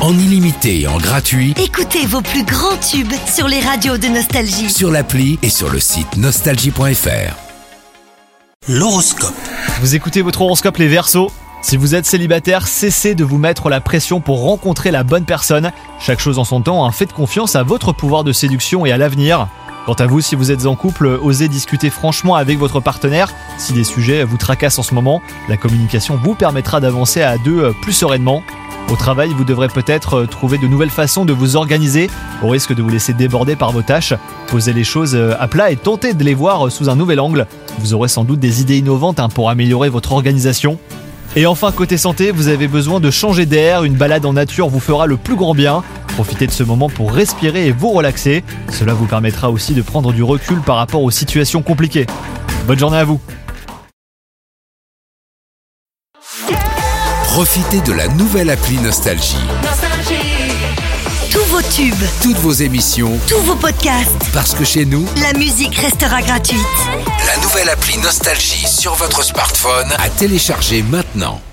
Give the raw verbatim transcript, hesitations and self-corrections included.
en illimité et en gratuit Écoutez vos plus grands tubes sur les radios de Nostalgie. sur l'appli et sur le site nostalgie point f r. L'horoscope. Vous écoutez votre horoscope les Verseaux. Si vous êtes célibataire, cessez de vous mettre la pression pour rencontrer la bonne personne. Chaque chose en son temps, hein, faites confiance à votre pouvoir de séduction et à l'avenir. Quant à vous, si vous êtes en couple, osez discuter franchement avec votre partenaire. Si des sujets vous tracassent en ce moment, la communication vous permettra d'avancer à deux plus sereinement. Au travail, vous devrez peut-être trouver de nouvelles façons de vous organiser, au risque de vous laisser déborder par vos tâches. Posez les choses à plat et tentez de les voir sous un nouvel angle. Vous aurez sans doute des idées innovantes hein, pour améliorer votre organisation. Et enfin, côté santé, vous avez besoin de changer d'air. Une balade en nature vous fera le plus grand bien. Profitez de ce moment pour respirer et vous relaxer. Cela vous permettra aussi de prendre du recul par rapport aux situations compliquées. Bonne journée à vous. Profitez de la nouvelle appli Nostalgie. Tous vos tubes, Toutes vos émissions, tous vos podcasts, parce que chez nous, la musique restera gratuite. la nouvelle appli Nostalgie sur votre smartphone à télécharger maintenant.